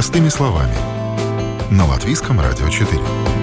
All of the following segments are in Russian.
Простыми словами. На Латвийском радио 4.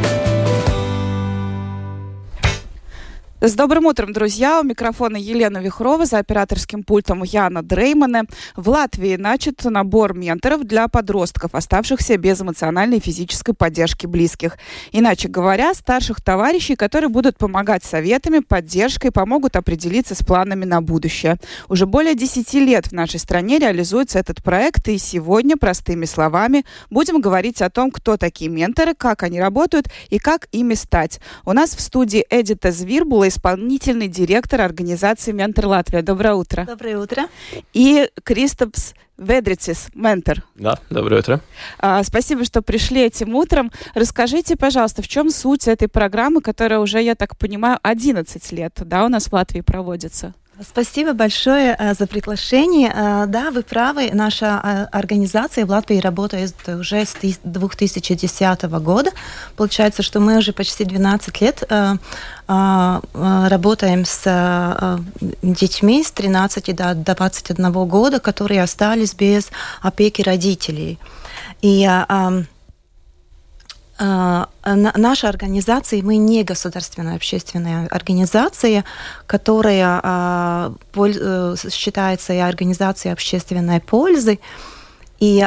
С добрым утром, друзья! У микрофона Елена Вихрова, за операторским пультом Яна Дреймане. В Латвии начат набор менторов для подростков, оставшихся без эмоциональной и физической поддержки близких. Иначе говоря, старших товарищей, которые будут помогать советами, поддержкой, помогут определиться с планами на будущее. Уже более 10 лет в нашей стране реализуется этот проект, и сегодня, простыми словами, будем говорить о том, кто такие менторы, как они работают и как ими стать. У нас в студии Эдита Звирбула, исполнительный директор организации «Ментор Латвия». Доброе утро. Доброе утро. И Кристопс Ведрицис, ментор. Да, доброе утро. Спасибо, что пришли этим утром. Расскажите, пожалуйста, в чем суть этой программы, которая уже, я так понимаю, 11 лет, да, у нас в Латвии проводится? Спасибо большое за приглашение. Да, вы правы, наша организация в Латвии работает уже с 2010 года. Получается, что мы уже почти 12 лет работаем с детьми с 13 до 21 года, которые остались без опеки родителей. И наша организация, мы не государственная общественная организация, которая считается и организацией общественной пользы. И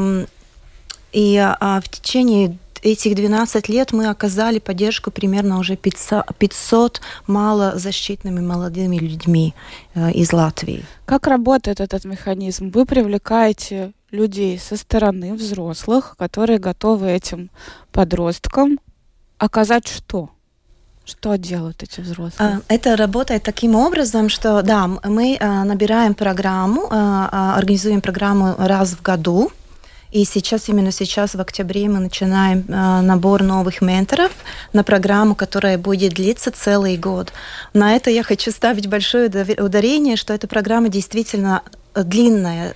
в течение этих 12 лет мы оказали поддержку примерно уже 500 малозащитными молодыми людьми из Латвии. Как работает этот механизм? Вы привлекаете людей со стороны взрослых, которые готовы этим подросткам оказать что? Что делают эти взрослые? Это работает таким образом, что да, мы набираем программу, организуем программу раз в году. И именно сейчас, в октябре, мы начинаем набор новых менторов на программу, которая будет длиться целый год. На это я хочу ставить большое ударение, что эта программа действительно длинная,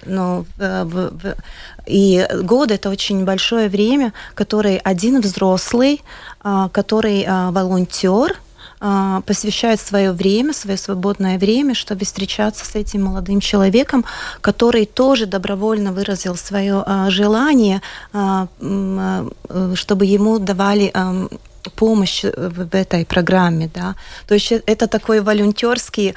и год — это очень большое время, которое один взрослый, который волонтер, посвящает свое время, свое свободное время, чтобы встречаться с этим молодым человеком, который тоже добровольно выразил свое желание, чтобы ему давали помощь в этой программе, да. То есть это такой волонтерский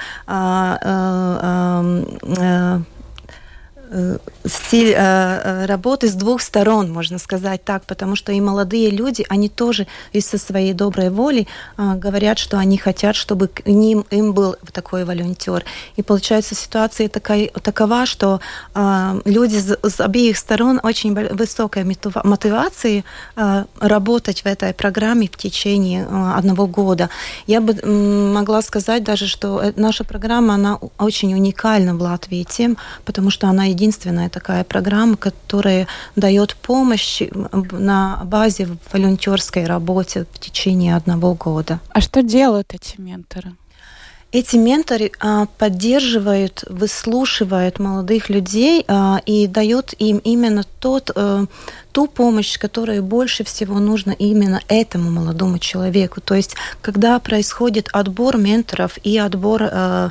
стиль работы с двух сторон, можно сказать так, потому что и молодые люди, они тоже из-за своей доброй воли говорят, что они хотят, чтобы им был такой волонтер. И получается ситуация такова, что люди с обеих сторон очень высокая мотивация работать в этой программе в течение 1 года. Я бы могла сказать даже, что наша программа, она очень уникальна в Латвии тем, потому что она единственная такая программа, которая дает помощь на базе волонтерской работе в течение 1 года. А что делают эти менторы? Эти менторы поддерживают, выслушивают молодых людей и дают им именно ту помощь, которая больше всего нужна именно этому молодому человеку. То есть, когда происходит отбор менторов и отбор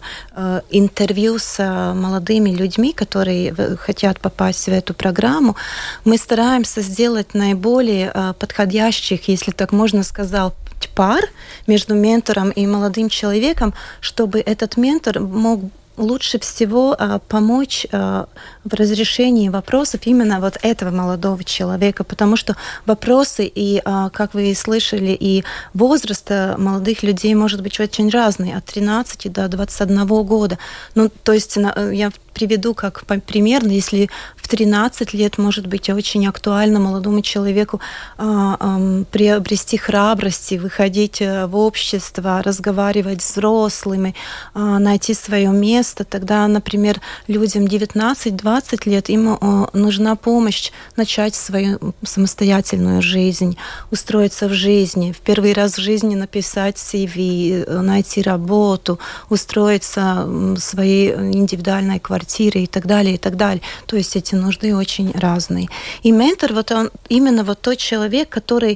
интервью с молодыми людьми, которые хотят попасть в эту программу, мы стараемся сделать наиболее подходящих, если так можно сказать, пар между ментором и молодым человеком, чтобы этот ментор мог лучше всего помочь в разрешении вопросов именно вот этого молодого человека, потому что вопросы и, как вы слышали, и возраст молодых людей может быть очень разный, от 13 до 21 года. Ну, то есть я приведу как пример, если в 13 лет может быть очень актуально молодому человеку приобрести храбрость, выходить в общество, разговаривать с взрослыми, найти свое место, тогда, например, людям 19-20 лет, им нужна помощь начать свою самостоятельную жизнь, устроиться в жизни, в первый раз в жизни написать CV, найти работу, устроиться в своей индивидуальной квартире и так далее, и так далее. То есть эти нужды очень разные. И ментор, вот он именно вот тот человек, который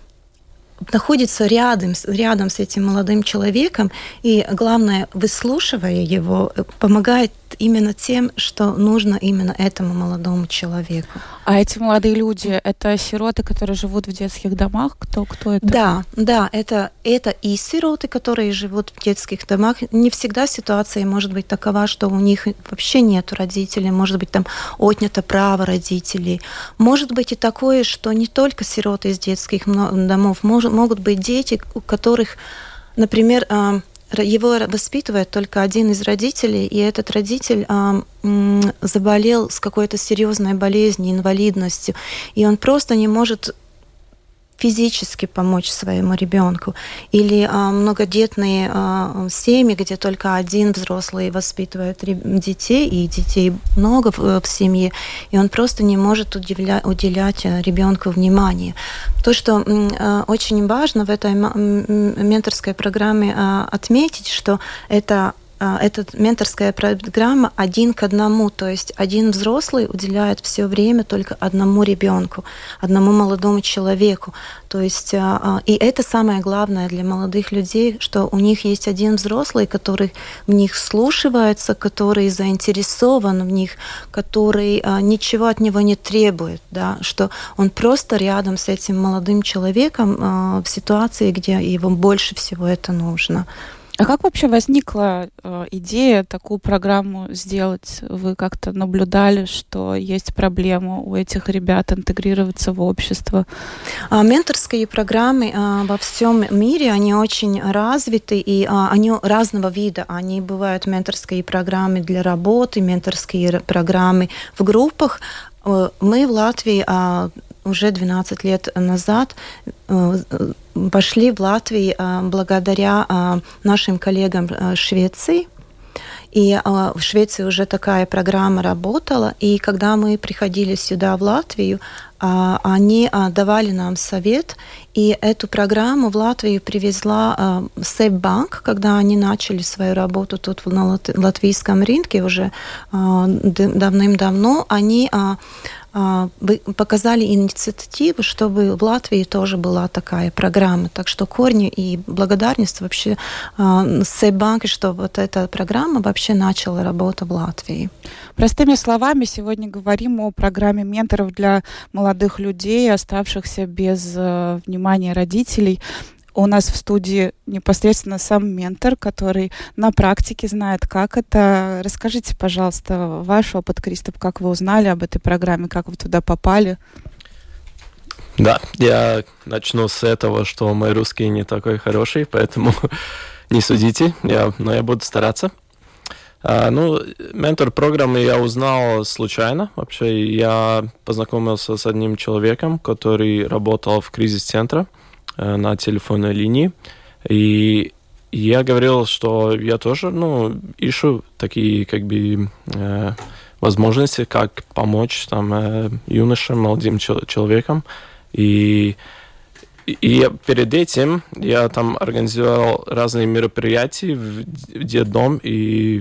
находится рядом с этим молодым человеком, и, главное, выслушивая его, помогает именно тем, что нужно именно этому молодому человеку. А эти молодые люди, это сироты, которые живут в детских домах? Кто это? Да, это и сироты, которые живут в детских домах. Не всегда ситуация может быть такова, что у них вообще нет родителей, может быть, там отнято право родителей. Может быть и такое, что не только сироты из детских домов, могут быть дети, у которых, например, его воспитывает только один из родителей, и этот родитель заболел с какой-то серьезной болезнью, инвалидностью, и он просто не может физически помочь своему ребенку. Или многодетные семьи, где только один взрослый воспитывает детей, и детей много в семье, и он просто не может уделять ребенку внимание. То, что очень важно в этой менторской программе отметить, что эта менторская программа 1 к 1, то есть один взрослый уделяет все время только одному ребенку, одному молодому человеку. То есть, и это самое главное для молодых людей, что у них есть один взрослый, который в них вслушивается, который заинтересован в них, который ничего от него не требует, да, что он просто рядом с этим молодым человеком в ситуации, где его больше всего это нужно. А как вообще возникла идея такую программу сделать? Вы как-то наблюдали, что есть проблема у этих ребят интегрироваться в общество? Менторские программы во всем мире, они очень развиты, и они разного вида. Они бывают менторские программы для работы, менторские программы в группах. Мы в Латвии уже 12 лет назад пошли в Латвию благодаря нашим коллегам в Швеции. И в Швеции уже такая программа работала. И когда мы приходили сюда, в Латвию, они давали нам совет. И эту программу в Латвию привезла Сбербанк, когда они начали свою работу тут на латвийском рынке уже давным-давно. Они показали инициативу, чтобы в Латвии тоже была такая программа. Так что корни и благодарность вообще Сбербанку, что вот эта программа вообще начала работу в Латвии. Простыми словами, сегодня говорим о программе менторов для молодых людей, оставшихся без внимания родителей. У нас в студии непосредственно сам ментор, который на практике знает, как это. Расскажите, пожалуйста, ваш опыт, Кристоф, как вы узнали об этой программе, как вы туда попали? Да, я начну с этого, что мой русский не такой хороший, поэтому не судите, но я буду стараться. Ментор программы я узнал случайно. Вообще, я познакомился с одним человеком, который работал в кризис-центре на телефонной линии. И я говорил, что я тоже ищу такие возможности, как помочь юношам, молодым человекам. И перед этим я там организовал разные мероприятия в детдом и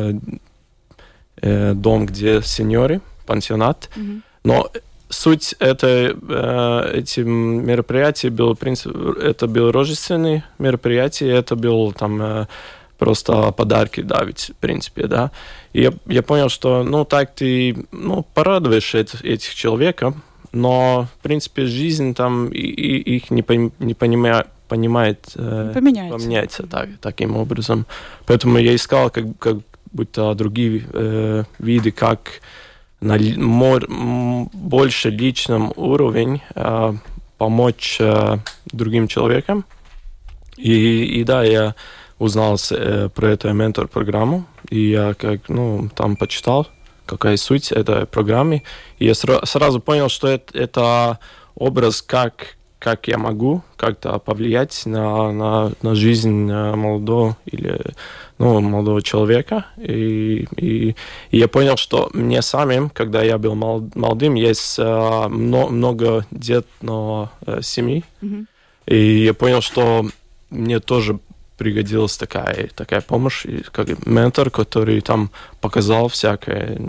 дом, где сеньоры, пансионат. Mm-hmm. Но суть этих мероприятий был, в принципе, это было рождественное мероприятие, это было там просто подарки давить, в принципе, да. И я понял, что, так ты, порадуешь этих человеков, но, в принципе, жизнь там их не поменяется таким образом. Поэтому я искал как будто другие виды, как на больше личном уровне помочь другим человекам. И да, я узнал про эту ментор-программу, и я там почитал, какая суть этой программы. И я сразу понял, что это образ, как я могу как-то повлиять на жизнь молодого человека. И я понял, что мне самим, когда я был молодым, есть много детной семьи. Mm-hmm. И я понял, что мне тоже пригодилась такая помощь, как ментор, который там показал всякое,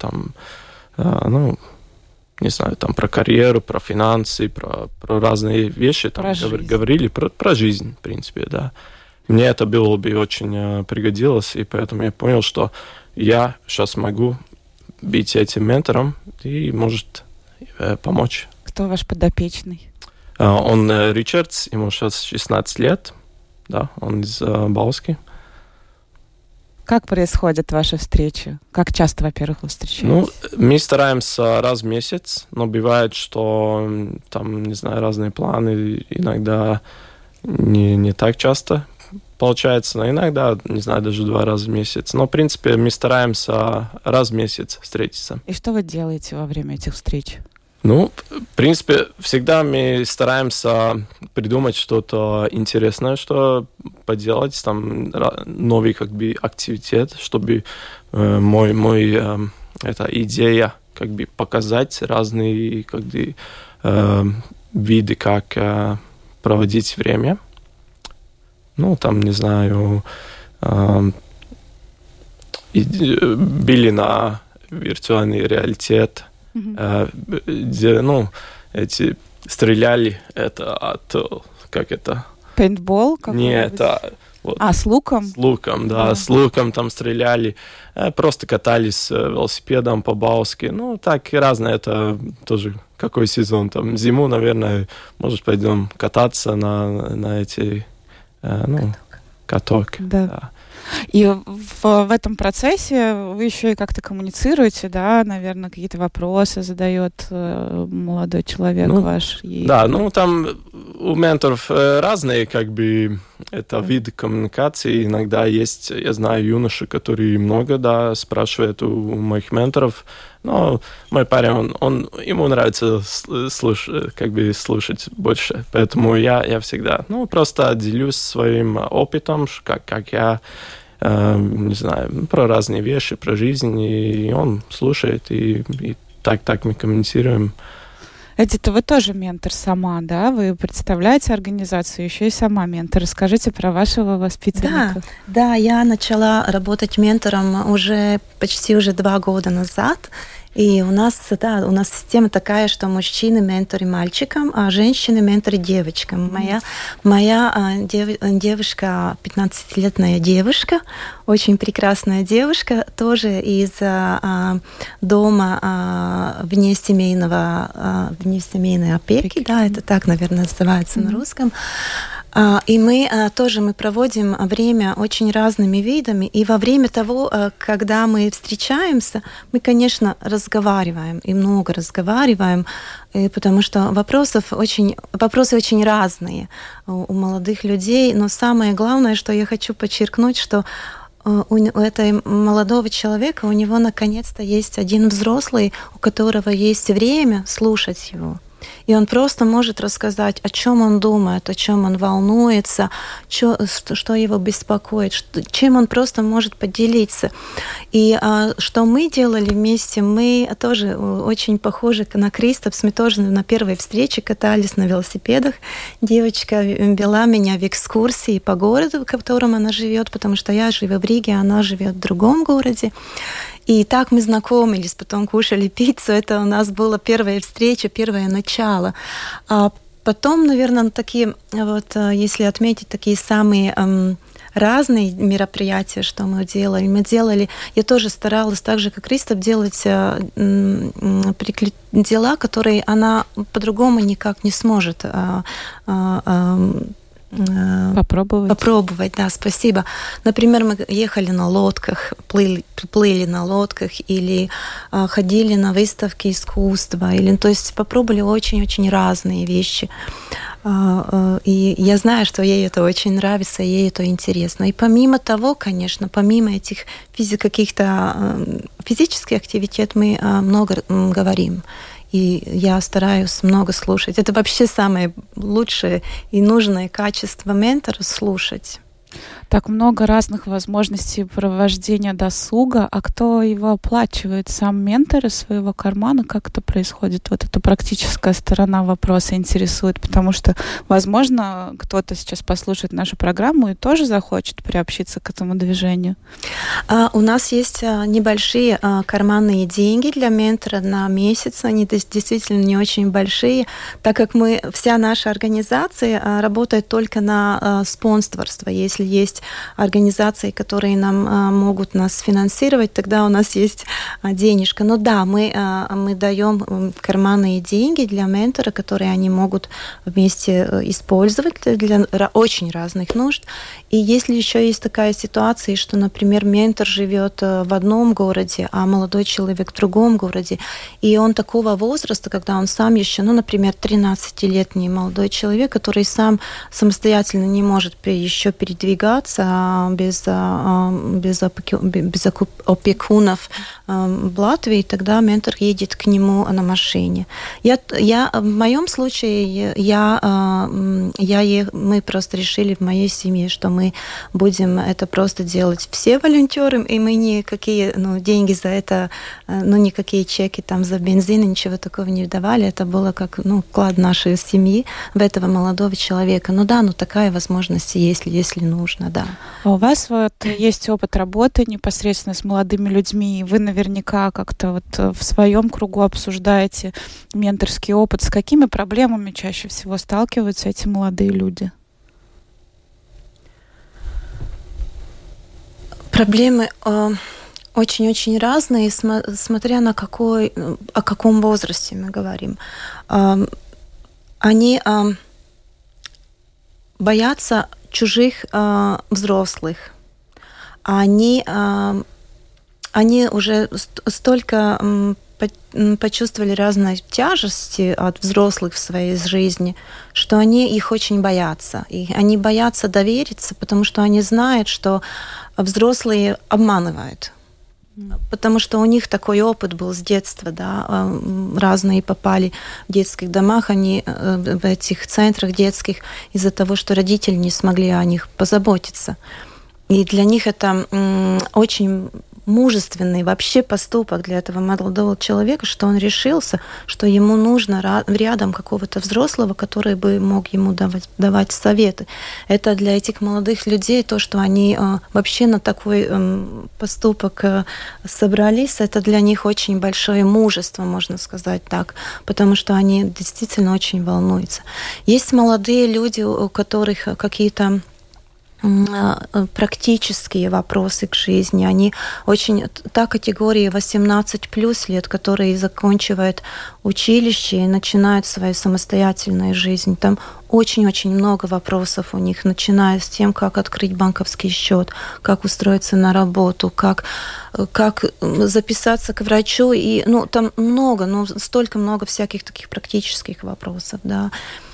про карьеру, про финансы, про разные вещи, там говорили про жизнь, в принципе, да. Мне это было бы очень пригодилось, и поэтому я понял, что я сейчас могу быть этим ментором, и, может, помочь. Кто ваш подопечный? Он Ричардс, ему сейчас 16 лет, да, он из Бауски. Как происходят ваши встречи? Как часто, во-первых, вы встречаетесь? Мы стараемся раз в месяц, но бывает, что там, не знаю, разные планы, иногда не так часто получается, но иногда, не знаю, даже 2 раза в месяц. Но, в принципе, мы стараемся раз в месяц встретиться. И что вы делаете во время этих встреч? В принципе, всегда мы стараемся придумать что-то интересное, что поделать, там, новый, активитет, чтобы эта идея, показать разные, виды, как проводить время. Там, не знаю, были на виртуальный реалитет, где, эти стреляли от, Пейнтбол? Нет, с луком? С луком, да, с луком там стреляли, просто катались велосипедом по Бауске, так и разное, это тоже какой сезон, там, зиму, наверное, может, пойдем кататься на эти, каток. Да. И в этом процессе вы еще и как-то коммуницируете, да, наверное, какие-то вопросы задает молодой человек ваш. Да, там у менторов разные, это виды коммуникации. Иногда есть, я знаю, юноши, которые много, спрашивают у моих менторов. Но мой парень, ему нравится слушать больше. Поэтому я всегда, просто делюсь своим опытом, как я, не знаю, про разные вещи, про жизнь, и он слушает, и так мы коммуницируем. Эдита, вы тоже ментор сама, да? Вы представляете организацию, еще и сама ментор. Расскажите про вашего воспитанника. Да, я начала работать ментором уже почти 2 года назад. И у нас система такая, что мужчины менторы мальчикам, а женщины менторы девочкам. Моя девушка, 15-летняя девушка, очень прекрасная девушка, тоже из дома внесемейной опеки, да, это так, наверное, называется на русском. И мы проводим время очень разными видами. И во время того, когда мы встречаемся, мы, конечно, разговариваем, и много разговариваем, потому что вопросы очень разные у молодых людей. Но самое главное, что я хочу подчеркнуть, что у этого молодого человека, у него наконец-то есть один взрослый, у которого есть время слушать его. И он просто может рассказать, о чем он думает, о чем он волнуется, что его беспокоит, чем он просто может поделиться. И что мы делали вместе, мы тоже очень похожи на Кристопс. Мы тоже на первой встрече катались на велосипедах. Девочка вела меня в экскурсии по городу, в котором она живет, потому что я живу в Риге, а она живет в другом городе. И так мы знакомились, потом кушали пиццу. Это у нас была первая встреча, первое начало. А потом, наверное, такие, если отметить такие самые разные мероприятия, что мы делали. Я тоже старалась, так же, как Кристоф, делать дела, которые она по-другому никак не сможет Попробовать, да, спасибо. Например, мы ехали на лодках, плыли на лодках или ходили на выставки искусства, то есть попробовали очень-очень разные вещи. И я знаю, что ей это очень нравится, ей это интересно. И помимо того, конечно, помимо этих каких-то физических активитетов, мы много говорим. И я стараюсь много слушать. Это вообще самое лучшее и нужное качество ментора — слушать. Так много разных возможностей провождения досуга. А кто его оплачивает? Сам ментор из своего кармана? Как это происходит? Вот эта практическая сторона вопроса интересует, потому что, возможно, кто-то сейчас послушает нашу программу и тоже захочет приобщиться к этому движению. У нас есть небольшие карманные деньги для ментора на месяц. Они действительно не очень большие, так как вся наша организация работает только на спонсорство. Если есть есть организации, которые нам могут нас финансировать, тогда у нас есть денежка. Но да, мы даем карманные деньги для ментора, которые они могут вместе использовать для очень разных нужд. И если еще есть такая ситуация, что, например, ментор живет в одном городе, а молодой человек в другом городе, и он такого возраста, когда он сам еще, например, 13-летний молодой человек, который сам самостоятельно не может еще передвигаться без опекунов в Латвии, тогда ментор едет к нему на машине. В моем случае мы просто решили в моей семье, что мы будем это просто делать все волонтеры, и мы никакие деньги за это, никакие чеки там за бензин, ничего такого не давали. Это было как вклад нашей семьи в этого молодого человека. Такая возможность есть, если нужно, да. А у вас есть опыт работы непосредственно с молодыми людьми, и вы наверняка как-то в своем кругу обсуждаете менторский опыт. С какими проблемами чаще всего сталкиваются эти молодые люди? Проблемы очень-очень разные, смотря на о каком возрасте мы говорим. Они боятся чужих взрослых. Они уже столько почувствовали разные тяжести от взрослых в своей жизни, что они их очень боятся. И они боятся довериться, потому что они знают, что взрослые обманывают. Потому что у них такой опыт был с детства, да, разные попали в детских домах, они в этих центрах детских из-за того, что родители не смогли о них позаботиться. И для них это очень мужественный вообще поступок для этого молодого человека, что он решился, что ему нужно рядом какого-то взрослого, который бы мог ему давать советы. Это для этих молодых людей то, что они вообще на такой поступок собрались, это для них очень большое мужество, можно сказать так, потому что они действительно очень волнуются. Есть молодые люди, у которых какие-то практические вопросы к жизни. Они очень... Та категория 18+ лет, которые заканчивают училище и начинают свою самостоятельную жизнь. Там очень-очень много вопросов у них, начиная с тем, как открыть банковский счет, как устроиться на работу, как записаться к врачу. И, там столько много всяких таких практических вопросов, да.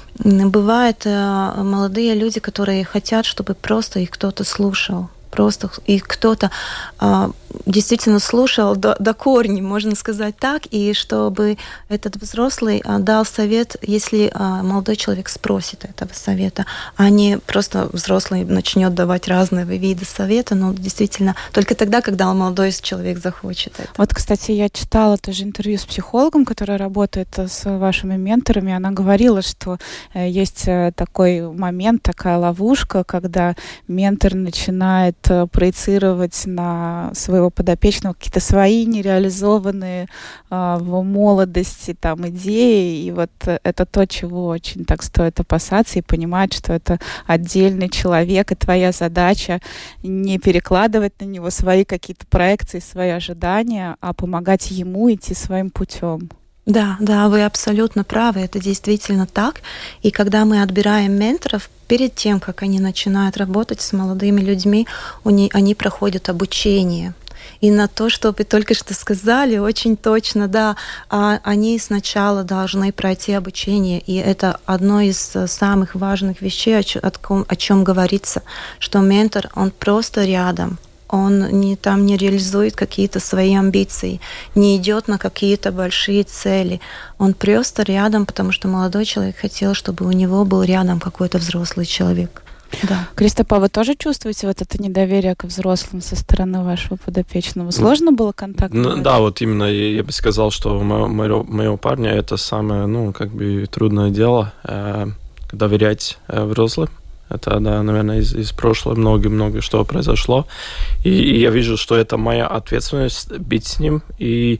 Бывают молодые люди, которые хотят, чтобы просто их кто-то слушал. Просто и кто-то действительно слушал до корня, можно сказать так, и чтобы этот взрослый дал совет, если молодой человек спросит этого совета, а не просто взрослый начнет давать разные виды совета, но действительно только тогда, когда молодой человек захочет это. Кстати, я читала тоже интервью с психологом, которая работает с вашими менторами, она говорила, что есть такой момент, такая ловушка, когда ментор начинает проецировать на своего подопечного какие-то свои нереализованные в молодости идеи. И это то, чего очень так стоит опасаться и понимать, что это отдельный человек, и твоя задача не перекладывать на него свои какие-то проекции, свои ожидания, а помогать ему идти своим путем. Да, вы абсолютно правы, это действительно так. И когда мы отбираем менторов, перед тем, как они начинают работать с молодыми людьми, они проходят обучение. И на то, что вы только что сказали, очень точно, да, они сначала должны пройти обучение, и это одно из самых важных вещей, о чем говорится, что ментор, он просто рядом. Он не реализует какие-то свои амбиции, не идет на какие-то большие цели. Он просто рядом, потому что молодой человек хотел, чтобы у него был рядом какой-то взрослый человек. Да. Кристофа, вы тоже чувствуете это недоверие к взрослым со стороны вашего подопечного? Сложно было контакт? Да, именно я бы сказал, что моего парня это самое, трудное дело, доверять взрослым. Это, да, наверное, из прошлого много что произошло. И я вижу, что это моя ответственность быть с ним и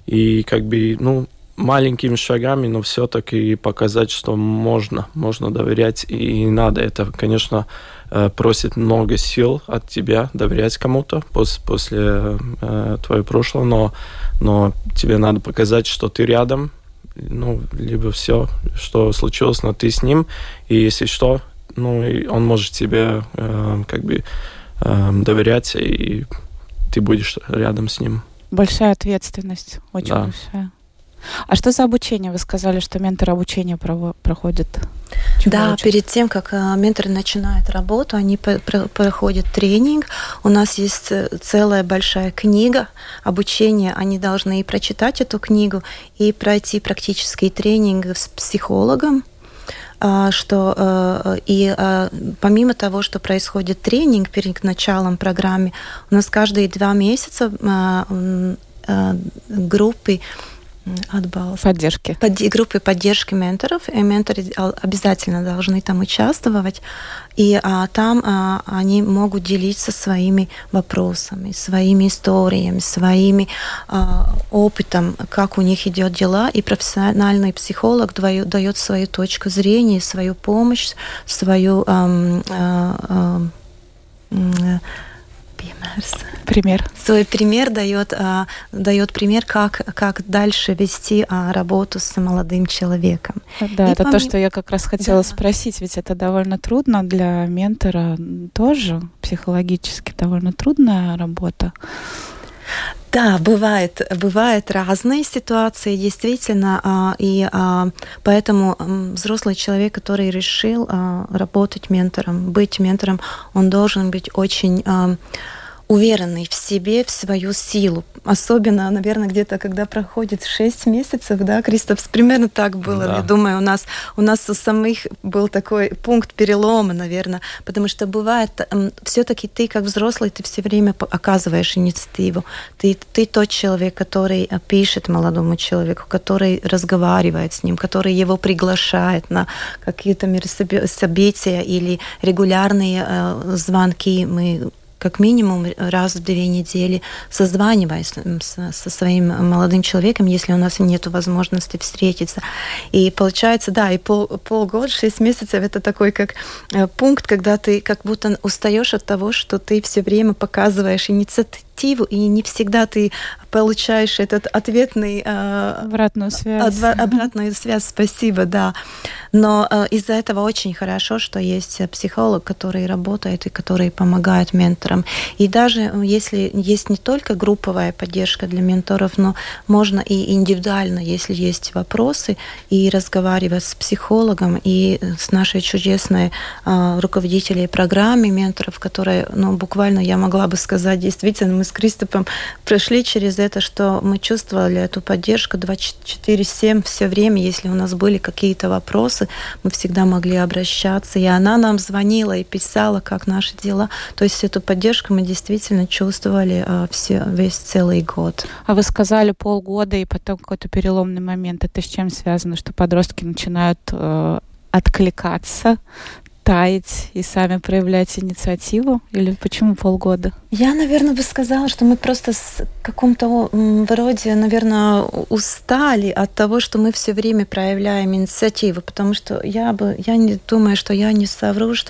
маленькими шагами, но все-таки показать, что можно доверять и надо. Это, конечно, просит много сил от тебя доверять кому-то после твоего прошлого, но тебе надо показать, что ты рядом, либо все, что случилось, но ты с ним, и если что, и он может тебе доверять, и ты будешь рядом с ним. Большая ответственность, очень большая. А что за обучение? Вы сказали, что менторы обучение проходят. Да, перед тем, как менторы начинают работу, они проходят тренинг. У нас есть целая большая книга обучения. Они должны и прочитать эту книгу, и пройти практический тренинг с психологом. Помимо того, что происходит тренинг перед началом программы, у нас каждые 2 месяца группы группы поддержки менторов, и менторы обязательно должны там участвовать, и там они могут делиться своими вопросами, своими историями, своими опытом, как у них идет дела, и профессиональный психолог дает свою точку зрения, свою помощь, свою Свой пример дает пример, как дальше вести работу с молодым человеком. Да, это то, что я как раз хотела спросить, ведь это довольно трудно для ментора тоже, психологически довольно трудная работа. Да, бывают разные ситуации, действительно, и поэтому взрослый человек, который решил работать ментором, быть ментором, он должен быть очень уверенный в себе, в свою силу. Особенно, наверное, где-то, когда проходит 6 месяцев, да, Кристоф, примерно так было. Да. Я думаю, у нас у самих был такой пункт перелома, наверное, потому что бывает, все-таки ты, как взрослый, ты все время оказываешь инициативу. Ты тот человек, который пишет молодому человеку, который разговаривает с ним, который его приглашает на какие-то события или регулярные звонки. Мы как минимум раз в 2 недели созваниваясь со своим молодым человеком, если у нас нет возможности встретиться. И получается, да, и полгода, 6 месяцев это такой как пункт, когда ты как будто устаешь от того, что ты все время показываешь инициативу, и не всегда ты получаешь этот ответный... Обратную связь. Обратную связь, спасибо, да. Но из-за этого очень хорошо, что есть психолог, который работает и который помогает менторам. И даже если есть не только групповая поддержка для менторов, но можно и индивидуально, если есть вопросы, и разговаривать с психологом, и с нашей чудесной руководителем программы менторов, которая, буквально я могла бы сказать, действительно, мы с Кристофом прошли через это, что мы чувствовали эту поддержку 24/7 все время. Если у нас были какие-то вопросы, мы всегда могли обращаться. И она нам звонила и писала, как наши дела. То есть эту поддержку мы действительно чувствовали весь целый год. А вы сказали полгода и потом какой-то переломный момент. Это с чем связано? Что подростки начинают откликаться, таять и сами проявлять инициативу? Или почему полгода? Я, наверное, бы сказала, что мы просто в каком-то вроде, наверное, устали от того, что мы все время проявляем инициативу, потому что я не думаю, что я не совру, что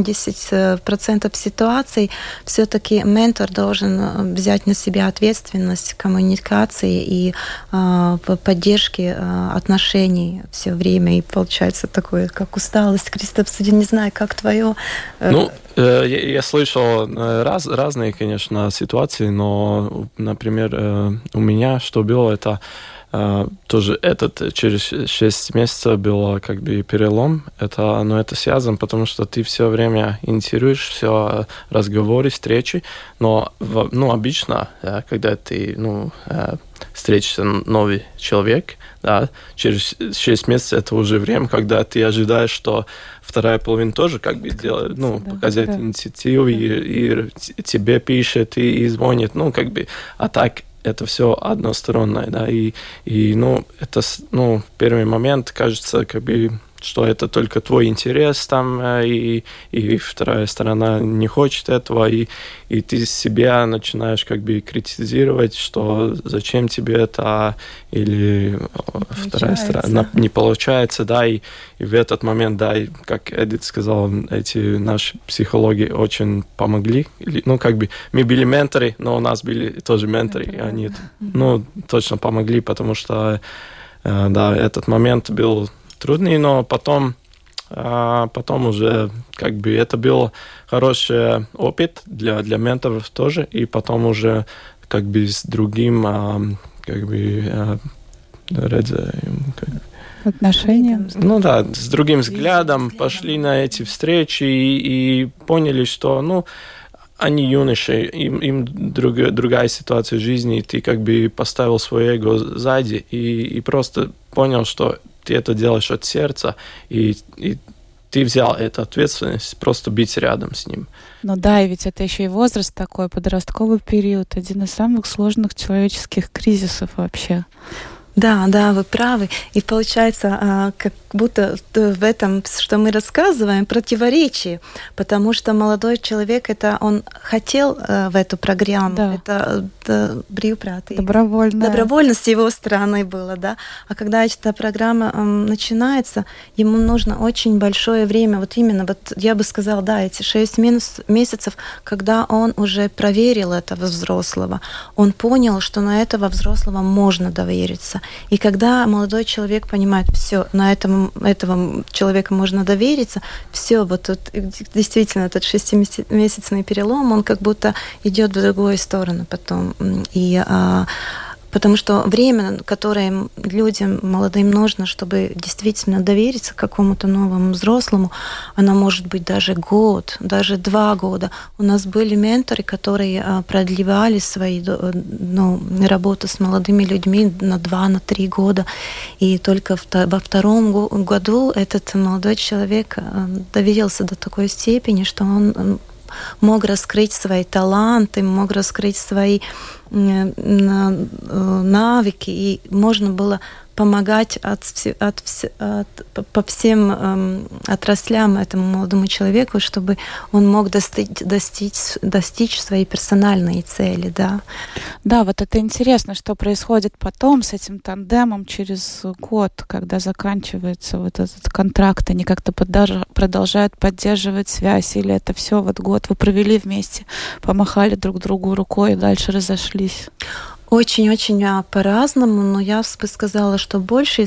80% ситуаций все-таки ментор должен взять на себя ответственность коммуникации и поддержки отношений все время. И получается такое, как усталость. Кристоф, я не знаю, как твое... Я слышал разные, конечно, ситуации, но, например, у меня что было, это тоже через 6 месяцев было как бы перелом. Это связано, потому что ты все время инициируешь все разговоры, встречи, но обычно, когда ты встретишься новый человек, да, через 6 месяцев это уже время, когда ты ожидаешь, что вторая половина тоже как бы делает, показать инициативу, и тебе пишет, и звонит, а так это все одностороннее, да, и это, в первый момент кажется, как бы что это только твой интерес там, и вторая сторона не хочет этого, и ты себя начинаешь как бы критизировать, что зачем тебе это, или вторая сторона не получается, да, и в этот момент, да, и, как Эдит сказал, эти наши психологи очень помогли, ну, как бы мы были менторы, но у нас были тоже менторы, и они, ну, точно помогли, потому что, да, этот момент был трудный, но потом уже как бы это был хороший опыт для менторов тоже, и потом уже как бы с другим как бы отношением. Ну да, с другим взглядом пошли на эти встречи и поняли, что, ну, они юноши, им другая ситуация в жизни, и ты как бы поставил свое эго сзади и просто понял, что ты это делаешь от сердца, и ты взял эту ответственность просто быть рядом с ним. Ну да, и ведь это еще и возраст такой, подростковый период, один из самых сложных человеческих кризисов вообще. Да, вы правы. И получается, как будто в этом, что мы рассказываем, противоречие, потому что молодой человек, он хотел в эту программу, да. Это добровольность с его стороны была, да. А когда эта программа начинается, ему нужно очень большое время, вот именно, вот я бы сказала, да, эти 6 месяцев, когда он уже проверил этого взрослого, он понял, что на этого взрослого можно довериться. И когда молодой человек понимает, все, на этого человека можно довериться, все, вот тут действительно этот 6-месячный перелом, он как будто идет в другую сторону потом. Потому что время, которое людям молодым нужно, чтобы действительно довериться какому-то новому взрослому, оно может быть даже год, даже 2 года. У нас были менторы, которые продлевали свою работу с молодыми людьми на 2-3 года. И только во 2 году этот молодой человек доверился до такой степени, что он мог раскрыть свои таланты, мог раскрыть свои навыки, и можно было помогать по всем отраслям этому молодому человеку, чтобы он мог достичь своей персональной цели, да. Да, вот это интересно, что происходит потом с этим тандемом через год, когда заканчивается вот этот контракт, они как-то продолжают поддерживать связь, или это все вот год вы провели вместе, помахали друг другу рукой и дальше разошлись? Очень-очень по-разному, но я бы сказала, что больше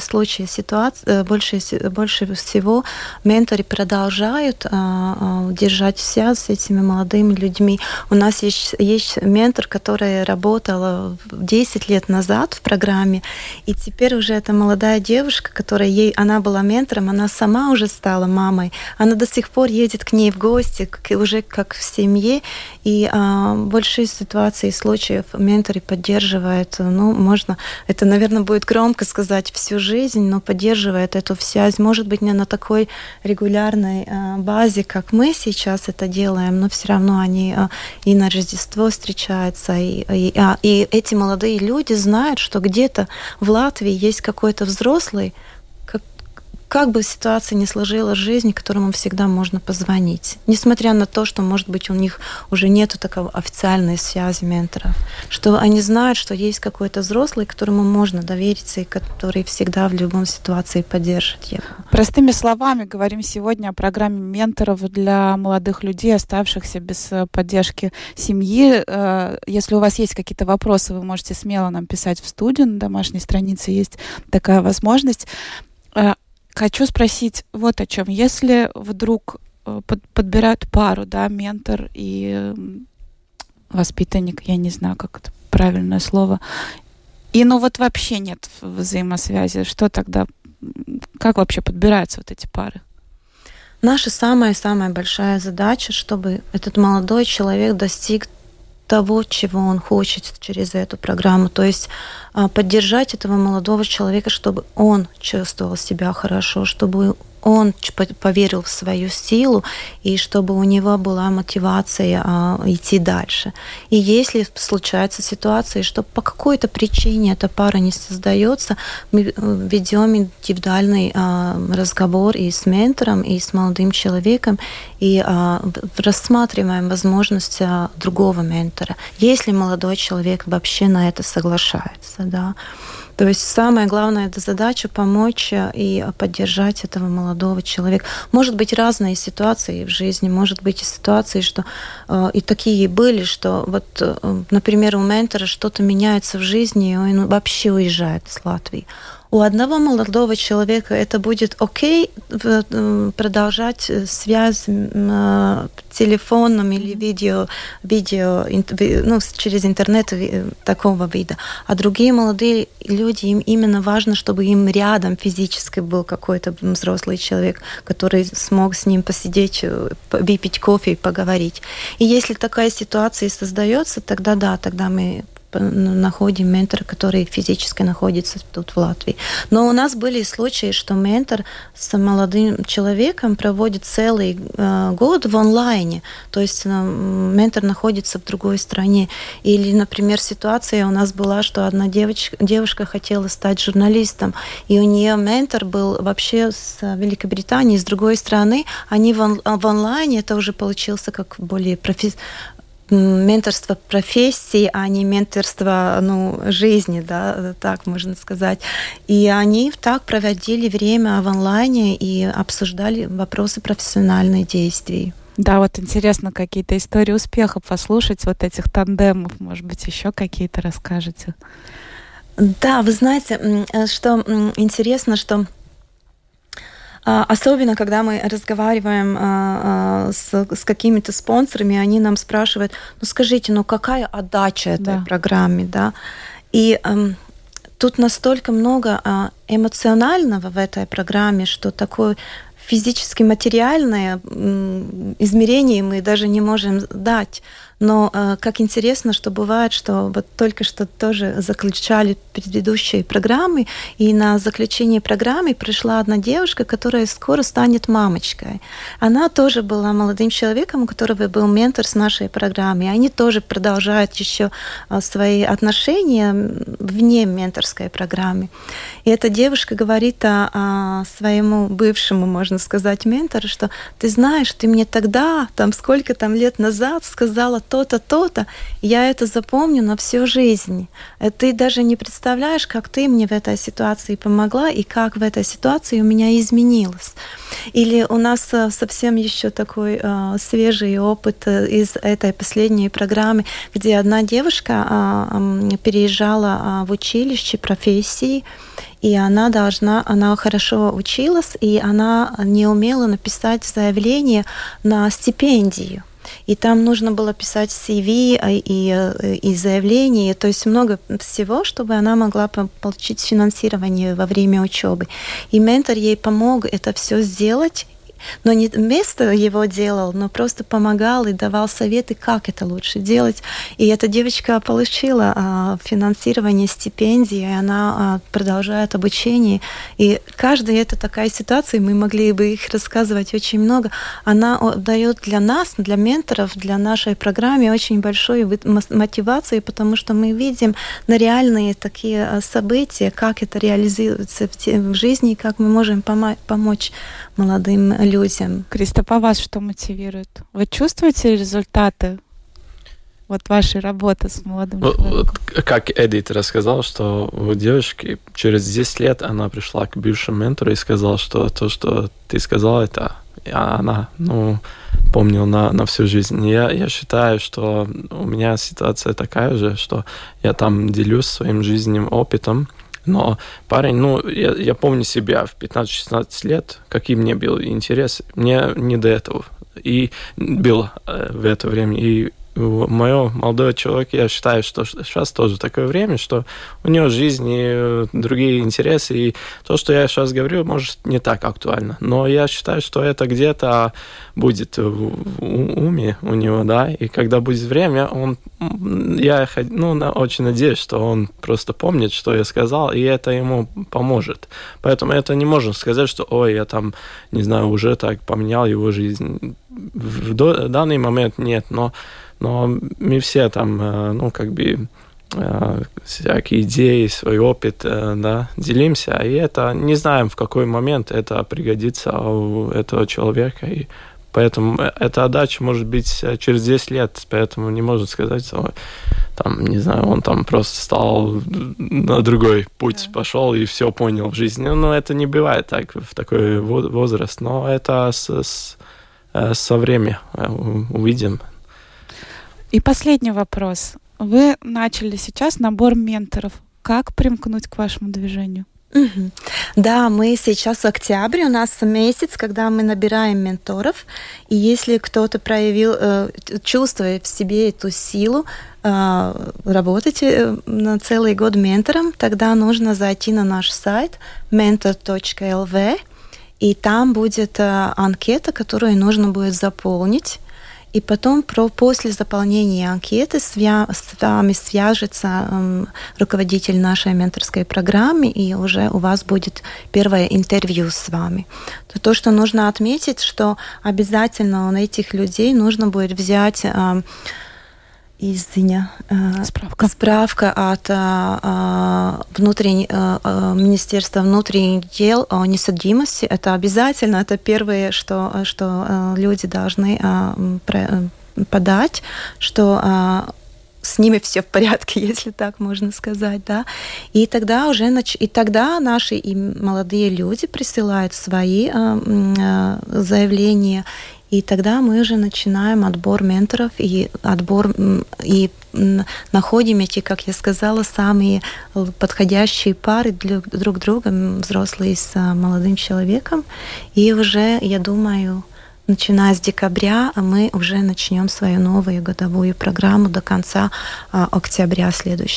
всего менторы продолжают держать связь с этими молодыми людьми. У нас есть ментор, которая работала 10 лет назад в программе, и теперь уже эта молодая девушка, она была ментором, она сама уже стала мамой. Она до сих пор едет к ней в гости, уже как в семье, и большие ситуации и случаев менторы поддерживают. Это, наверное, будет громко сказать, всю жизнь, но поддерживает эту связь. Может быть, не на такой регулярной базе, как мы сейчас это делаем, но все равно они и на Рождество встречаются. И эти молодые люди знают, что где-то в Латвии есть какой-то взрослый, как бы ситуация ни сложилась в жизни, которому всегда можно позвонить. Несмотря на то, что, может быть, у них уже нет такой официальной связи менторов. Что они знают, что есть какой-то взрослый, которому можно довериться и который всегда в любой ситуации поддержит его. Простыми словами говорим сегодня о программе менторов для молодых людей, оставшихся без поддержки семьи. Если у вас есть какие-то вопросы, вы можете смело нам писать в студию. На домашней странице есть такая возможность. Хочу спросить вот о чем. Если вдруг подбирают пару, да, ментор и воспитанник, я не знаю, как это правильное слово, и вот вообще нет взаимосвязи, что тогда, как вообще подбираются вот эти пары? Наша самая-самая большая задача, чтобы этот молодой человек достиг того, чего он хочет через эту программу. То есть поддержать этого молодого человека, чтобы он чувствовал себя хорошо, чтобы он поверил в свою силу, и чтобы у него была мотивация идти дальше. И если случается ситуация, что по какой-то причине эта пара не создается, мы ведем индивидуальный разговор и с ментором, и с молодым человеком, и рассматриваем возможность другого ментора, если молодой человек вообще на это соглашается, да. То есть самая главная задача помочь и поддержать этого молодого человека. Может быть разные ситуации в жизни, может быть и ситуации, что и такие были, что вот, например, у ментора что-то меняется в жизни, и он вообще уезжает из Латвии. У одного молодого человека это будет окей продолжать связь телефоном или видео через интернет такого вида. А другие молодые люди, им именно важно, чтобы им рядом физически был какой-то взрослый человек, который смог с ним посидеть, выпить кофе и поговорить. И если такая ситуация создается, тогда да, тогда мы находим ментора, который физически находится тут в Латвии. Но у нас были случаи, что ментор с молодым человеком проводит целый год в онлайне, то есть ментор находится в другой стране. Или, например, ситуация у нас была, что одна девушка хотела стать журналистом, и у нее ментор был вообще с Великобритании, с другой страны. Они в онлайне, это уже получился как более менторство профессии, а не менторство жизни, да, так можно сказать. И они так проводили время в онлайне и обсуждали вопросы профессиональных действий. Да, вот интересно какие-то истории успеха послушать, вот этих тандемов, может быть, еще какие-то расскажете? Да, вы знаете, что интересно, что особенно, когда мы разговариваем с какими-то спонсорами, они нам спрашивают, скажите, какая отдача этой программе, да? И тут настолько много эмоционального в этой программе, что такое физически материальное измерение мы даже не можем дать. Но как интересно, что бывает, что вот только что тоже заключали предыдущие программы, и на заключение программы пришла одна девушка, которая скоро станет мамочкой. Она тоже была молодым человеком, у которого был ментор с нашей программой. Они тоже продолжают еще свои отношения вне менторской программы. И эта девушка говорит своему бывшему, можно сказать, ментору, что ты знаешь, ты мне тогда, сколько лет назад сказала то-то, то-то, я это запомню на всю жизнь. Ты даже не представляешь, как ты мне в этой ситуации помогла и как в этой ситуации у меня изменилось. Или у нас совсем еще такой свежий опыт из этой последней программы, где одна девушка переезжала в училище профессии, и она хорошо училась, и она не умела написать заявление на стипендию. И там нужно было писать CV и заявление, то есть много всего, чтобы она могла получить финансирование во время учебы. И ментор ей помог это все сделать, но не вместо его делал, но просто помогал и давал советы, как это лучше делать. И эта девочка получила финансирование стипендии, и она продолжает обучение. И каждая это такая ситуация, мы могли бы их рассказывать очень много, она дает для нас, для менторов, для нашей программы очень большой мотивации, потому что мы видим на реальные такие события, как это реализуется в жизни, и как мы можем помочь молодым людям. Кристоп, а вас что мотивирует? Вы чувствуете результаты вашей работы с молодым человеком? Вот, как Эдит рассказал, что у девушки через 10 лет она пришла к бывшему ментору и сказала, что то, что ты сказала, это она помнила на всю жизнь. Я считаю, что у меня ситуация такая же, что я там делюсь своим жизненным опытом. Но парень, я помню себя в 15-16 лет, каким мне был интерес. Мне не до этого. И было в это время. И мой молодой человек, я считаю, что сейчас тоже такое время, что у него в жизни другие интересы, и то, что я сейчас говорю, может, не так актуально. Но я считаю, что это где-то будет в уме у него, да, и когда будет время, я очень надеюсь, что он просто помнит, что я сказал, и это ему поможет. Поэтому это не можно сказать, что, ой, я там, не знаю, уже так поменял его жизнь. В данный момент нет, но мы все там, всякие идеи, свой опыт, да, делимся, и это не знаем, в какой момент это пригодится у этого человека, и поэтому эта отдача может быть через 10 лет, поэтому не можно сказать, что там, не знаю, он там просто стал на другой путь пошел и все понял в жизни. Но это не бывает так в такой возраст, но это со временем увидим. И последний вопрос. Вы начали сейчас набор менторов. Как примкнуть к вашему движению? Да, мы сейчас в октябре, у нас месяц, когда мы набираем менторов, и если кто-то чувствует в себе эту силу работать на целый год ментором, тогда нужно зайти на наш сайт mentor.lv, и там будет анкета, которую нужно будет заполнить. И потом после заполнения анкеты с вами свяжется руководитель нашей менторской программы, и уже у вас будет первое интервью с вами. То, что нужно отметить, что обязательно у этих людей нужно будет взять справка от Министерства внутренних дел о несудимости. Это обязательно, это первое, что люди должны подать, что с ними все в порядке, если так можно сказать, да. И тогда наши молодые люди присылают свои заявления. И тогда мы уже начинаем отбор менторов и находим эти, как я сказала, самые подходящие пары друг друга, взрослые с молодым человеком. И уже, я думаю, начиная с декабря, мы уже начнем свою новую годовую программу до конца сентября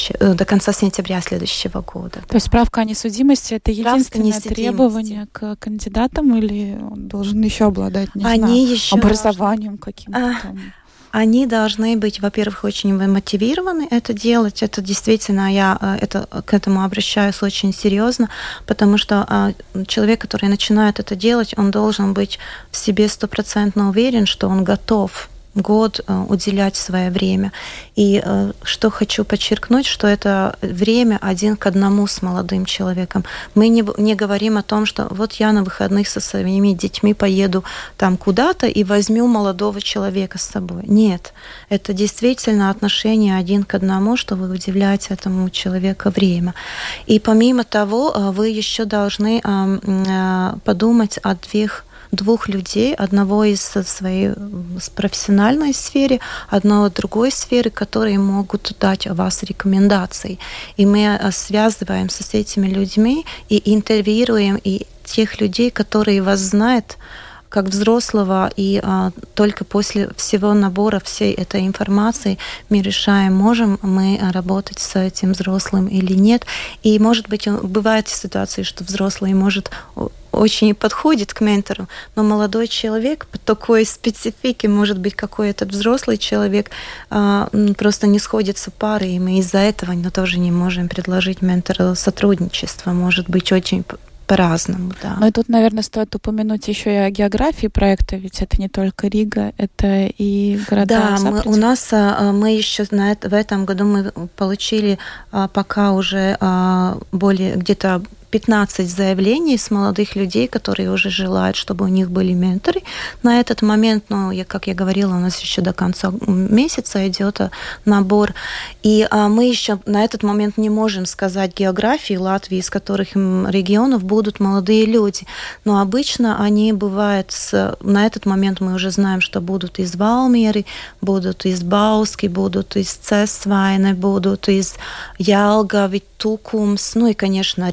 следующего года. То есть справка о несудимости — это единственное требование к кандидатам, или он должен еще обладать, образованием каким-то? Они должны быть, во-первых, очень мотивированы это делать. Это действительно, я к этому обращаюсь очень серьезно, потому что человек, который начинает это делать, он должен быть в себе 100% уверен, что он готов год уделять свое время. И что хочу подчеркнуть, что это время 1 к 1 с молодым человеком. Мы не говорим о том, что вот я на выходных со своими детьми поеду там куда-то и возьму молодого человека с собой. Нет. Это действительно отношение 1 к 1, что вы уделяете этому человеку время. И помимо того, вы еще должны подумать о двух людей, одного из своей профессиональной сферы, одного другой сферы, которые могут дать о вас рекомендации. И мы связываемся с этими людьми и интервьюируем и тех людей, которые вас знают как взрослого, и только после всего набора всей этой информации мы решаем, можем мы работать с этим взрослым или нет. И, может быть, бывают ситуации, что взрослый может очень подходит к ментору, но молодой человек по такой специфике, может быть, какой этот взрослый человек, просто не сходятся пары, и мы из-за этого тоже не можем предложить ментору сотрудничество. Может быть, очень по-разному, да. Ну и тут, наверное, стоит упомянуть еще и о географии проекта, ведь это не только Рига, это и города. Да, мы еще в этом году мы получили пока уже более где-то 15 заявлений с молодых людей, которые уже желают, чтобы у них были менторы. На этот момент, как я говорила, у нас еще до конца месяца идет набор. И мы еще на этот момент не можем сказать географии Латвии, из которых регионов будут молодые люди. Но обычно они бывают... На этот момент мы уже знаем, что будут из Валмиеры, будут из Бауски, будут из Цесвайны, будут из Ялгави, Тукумс, и, конечно, Рига.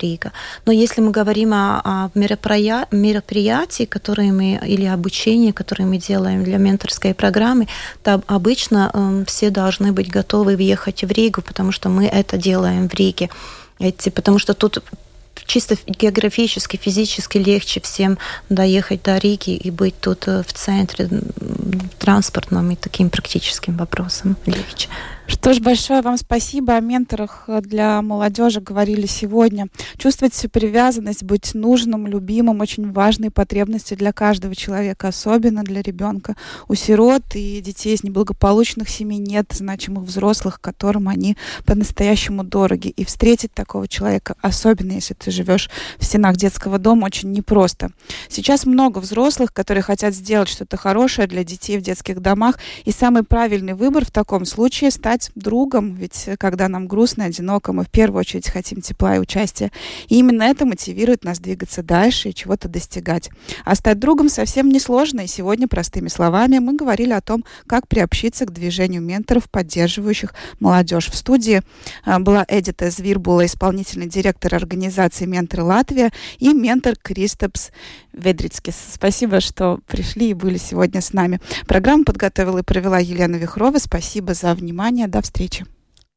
Но если мы говорим о мероприятии, которые мы, или обучении, которое мы делаем для менторской программы, то обычно все должны быть готовы въехать в Ригу, потому что мы это делаем в Риге. Потому что тут чисто географически, физически легче всем доехать до Риги и быть тут в центре транспортным и таким практическим вопросом легче. Что ж, большое вам спасибо. О менторах для молодежи говорили сегодня. Чувствовать всю привязанность, быть нужным, любимым — очень важные потребности для каждого человека, особенно для ребенка. У сирот и детей из неблагополучных семей нет значимых взрослых, которым они по-настоящему дороги. И встретить такого человека, особенно если ты живешь в стенах детского дома, очень непросто. Сейчас много взрослых, которые хотят сделать что-то хорошее для детей в детских домах, и самый правильный выбор в таком случае — стать другом, ведь когда нам грустно, одиноко, мы в первую очередь хотим тепла и участия. И именно это мотивирует нас двигаться дальше и чего-то достигать. А стать другом совсем несложно, и сегодня простыми словами мы говорили о том, как приобщиться к движению менторов, поддерживающих молодежь. В студии была Эдита Звирбула, исполнительный директор организации «Менторы Латвия», и ментор Кристопс Ведрицкис. Спасибо, что пришли и были сегодня с нами. Программу подготовила и провела Елена Вихрова. Спасибо за внимание. До встречи.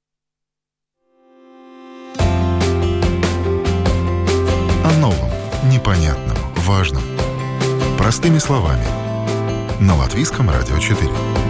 О новом, непонятном, важном. Простыми словами. На Латвийском радио 4.